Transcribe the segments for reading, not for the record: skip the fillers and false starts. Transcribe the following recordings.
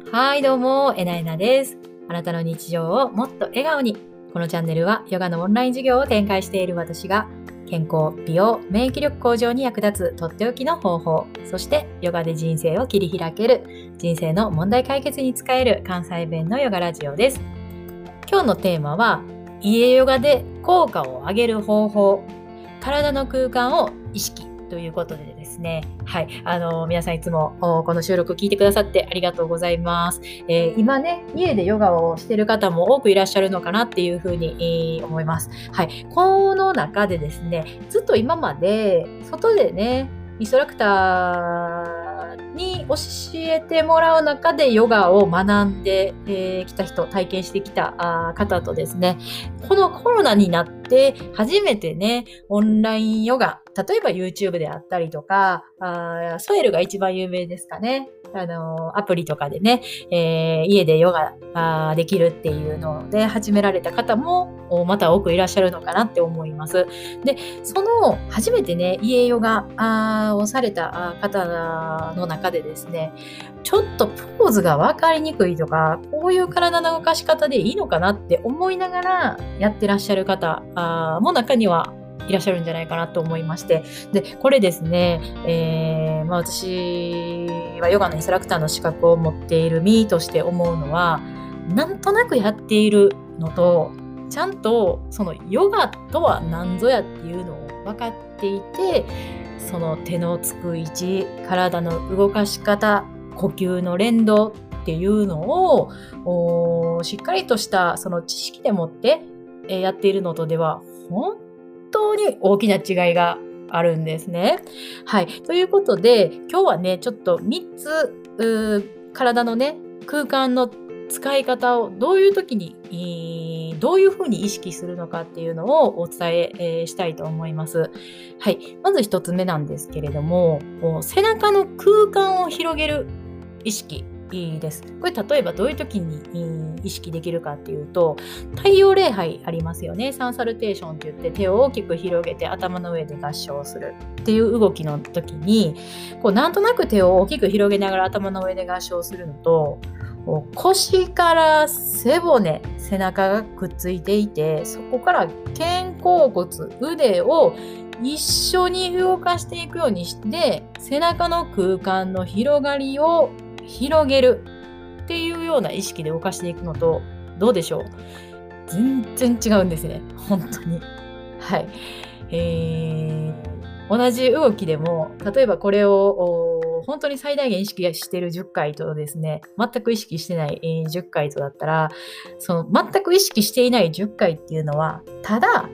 はい、どうも、えなえなです。あなたの日常をもっと笑顔に。このチャンネルはヨガのオンライン授業を展開している私が健康、美容、免疫力向上に役立つとっておきの方法、そしてヨガで人生を切り開ける、人生の問題解決に使える関西弁のヨガラジオです。今日のテーマは、家ヨガで効果を上げる方法、体の空間を意識ということでですね、はい、皆さんいつもこの収録聞いてくださってありがとうございます。今ね、家でヨガをしている方も多くいらっしゃるのかなっていうふうに、思います。はい、この中でですね、ずっと今まで外でね、インストラクターに教えてもらう中でヨガを学んできた人、体験してきた方とですね、このコロナになって初めてね、オンラインヨガ、例えば YouTube であったりとか、ソエルが一番有名ですかね。アプリとかでね、家でヨガできるっていうので始められた方もまた多くいらっしゃるのかなって思います。で、その初めてね、家ヨガをされた方の中でですね、ちょっとポーズが分かりにくいとか、こういう体の動かし方でいいのかなって思いながらやってらっしゃる方も中にはいらっしゃるんじゃないかなと思いまして。で、これですね、私はヨガのインストラクターの資格を持っている身として思うのは、なんとなくやっているのと、ちゃんとそのヨガとは何ぞやっていうのを分かっていて、その手のつく位置、体の動かし方、呼吸の連動っていうのをしっかりとしたその知識でもってやっているのとでは本当に大きな違いがあるんですね。はい。ということで今日はね、ちょっと3つ体のね、空間の使い方をどういう時にどういうふうに意識するのかっていうのをお伝えしたいと思います。はい。まず1つ目なんですけれども、背中の空間を広げる意識です。これ例えばどういう時に意識できるかっていうと、太陽礼拝ありますよね。サンサルテーションって言って手を大きく広げて頭の上で合掌するっていう動きの時に、こうなんとなく手を大きく広げながら頭の上で合掌するのと、腰から背骨、背中がくっついていて、そこから肩甲骨、腕を一緒に動かしていくようにして、背中の空間の広がりを広げるっていうような意識で動かしていくのと、どうでしょう？全然違うんですね。本当に。はい。同じ動きでも、例えばこれを本当に最大限意識している10回とですね、全く意識してない10回とだったら、その全く意識していない10回っていうのは、ただ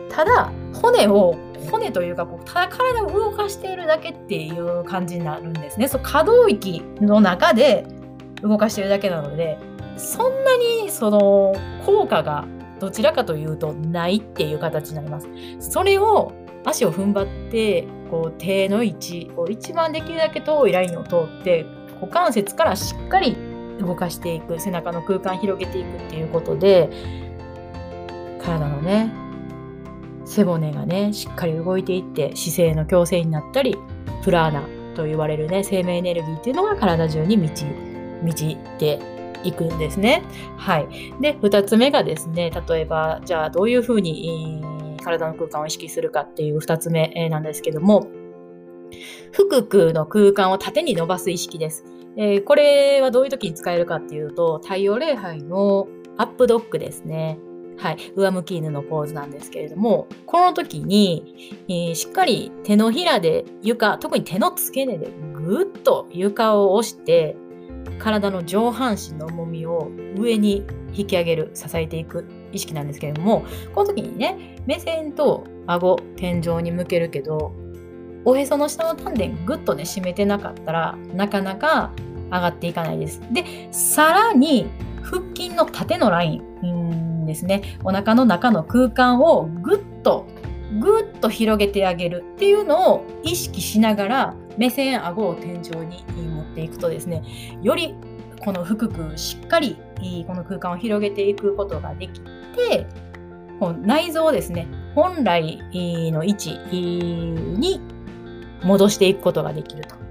骨というかただ体を動かしているだけっていう感じになるんですね。可動域の中で動かしているだけなので、そんなにその効果がどちらかというとないっていう形になります。それを足を踏ん張って手の位置を一番できるだけ遠いラインを通って股関節からしっかり動かしていく、背中の空間広げていくっていうことで、体のね、背骨がね、しっかり動いていって姿勢の矯正になったり、プラーナと言われるね、生命エネルギーっていうのが体中に満ちていくんですね。はい。で、2つ目がですね、例えばじゃあどういうふうに体の空間を意識するかっていう2つ目なんですけども、腹腔の空間を縦に伸ばす意識です。これはどういう時に使えるかっていうと、太陽礼拝のアップドッグですね。はい、上向き犬のポーズなんですけれども、この時に、しっかり手のひらで床、特に手の付け根でぐっと床を押して、体の上半身の重みを上に引き上げる、支えていく意識なんですけれども、この時にね、目線と顎、天井に向けるけど、おへその下の丹田ぐっとね、締めてなかったら、なかなか上がっていかないです。で、さらに、腹筋の縦のラインですね、お腹の中の空間をぐっと広げてあげるっていうのを意識しながら、目線、顎を天井に持っていくとですね、よりこの腹腔しっかりこの空間を広げていくことができて、内臓をですね、本来の位置に戻していくことができると。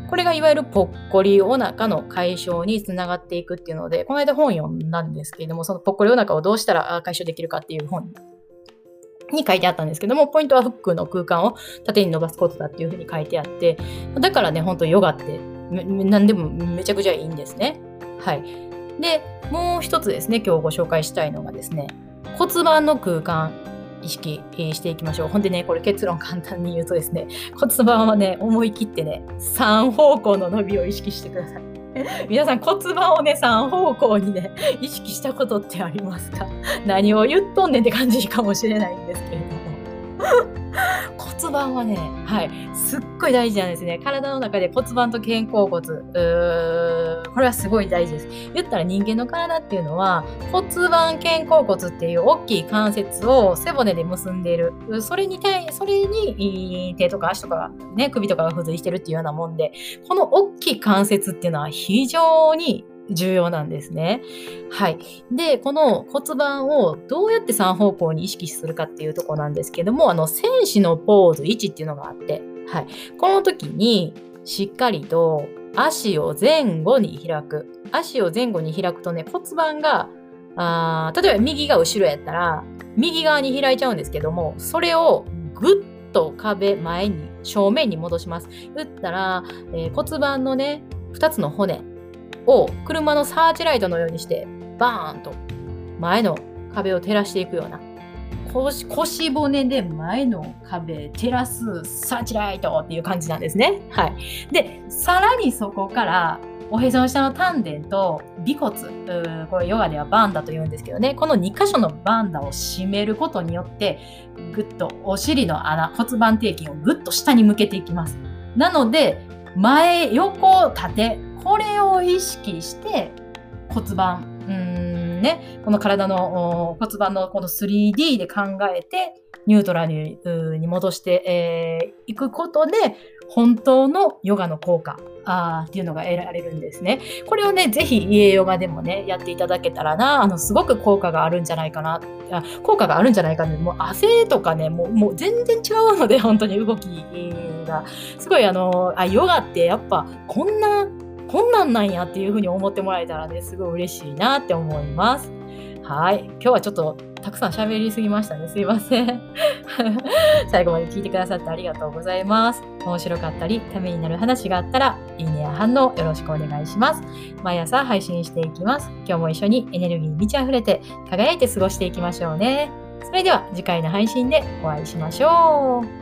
これがいわゆるぽっこりお腹の解消につながっていくっていうので、この間本読んだんですけれども、そのぽっこりお腹をどうしたら解消できるかっていう本に書いてあったんですけども、ポイントはフックの空間を縦に伸ばすことだっていうふうに書いてあって、だからね、本当ヨガって何でもめちゃくちゃいいんですね。はい。で、もう一つですね、今日ご紹介したいのがですね、骨盤の空間意識していきましょう。ほんでね、これ結論簡単に言うとですね、骨盤はね、思い切ってね、3方向の伸びを意識してください。皆さん骨盤をね、3方向にね、意識したことってありますか？何を言っとんねんって感じかもしれないんですけれども。骨盤はね、はい、すっごい大事なんですね。体の中で骨盤と肩甲骨、これはすごい大事です。言ったら人間の体っていうのは骨盤肩甲骨っていう大きい関節を背骨で結んでいる。それに手とか足とかね、首とかが付随してるっていうようなもんで、この大きい関節っていうのは非常に重要なんですね。はい。で、この骨盤をどうやって3方向に意識するかっていうところなんですけども、戦士のポーズ1っていうのがあって、はい。この時にしっかりと足を前後に開く。足を前後に開くとね、骨盤が、例えば右が後ろやったら、右側に開いちゃうんですけども、それをぐっと前に、正面に戻します。言ったら、骨盤のね、2つの骨を車のサーチライトのようにしてバーンと前の壁を照らしていくような腰骨で前の壁照らすサーチライトっていう感じなんですね。はい。で、さらにそこからおへその下の丹田と尾骨、これヨガではバンダと言うんですけどね、この2箇所のバンダを締めることによってぐっとお尻の穴、骨盤底筋をぐっと下に向けていきます。なので前、横、縦、これを意識して骨盤、この体の骨盤のこの 3D で考えてニュートラルに戻していくことで本当のヨガの効果っていうのが得られるんですね。これをね、ぜひ家ヨガでもね、やっていただけたらな、すごく効果があるんじゃないかな。効果があるんじゃないかね。もう汗とかね、もう全然違うので、本当に動きが。すごいヨガってやっぱこんなんなんやっていうふうに思ってもらえたらね、すごい嬉しいなって思います。はい。今日はちょっとたくさん喋りすぎましたね。すいません。最後まで聞いてくださってありがとうございます。面白かったり、ためになる話があったら、いいねや反応よろしくお願いします。毎朝配信していきます。今日も一緒にエネルギーに満ち溢れて、輝いて過ごしていきましょうね。それでは次回の配信でお会いしましょう。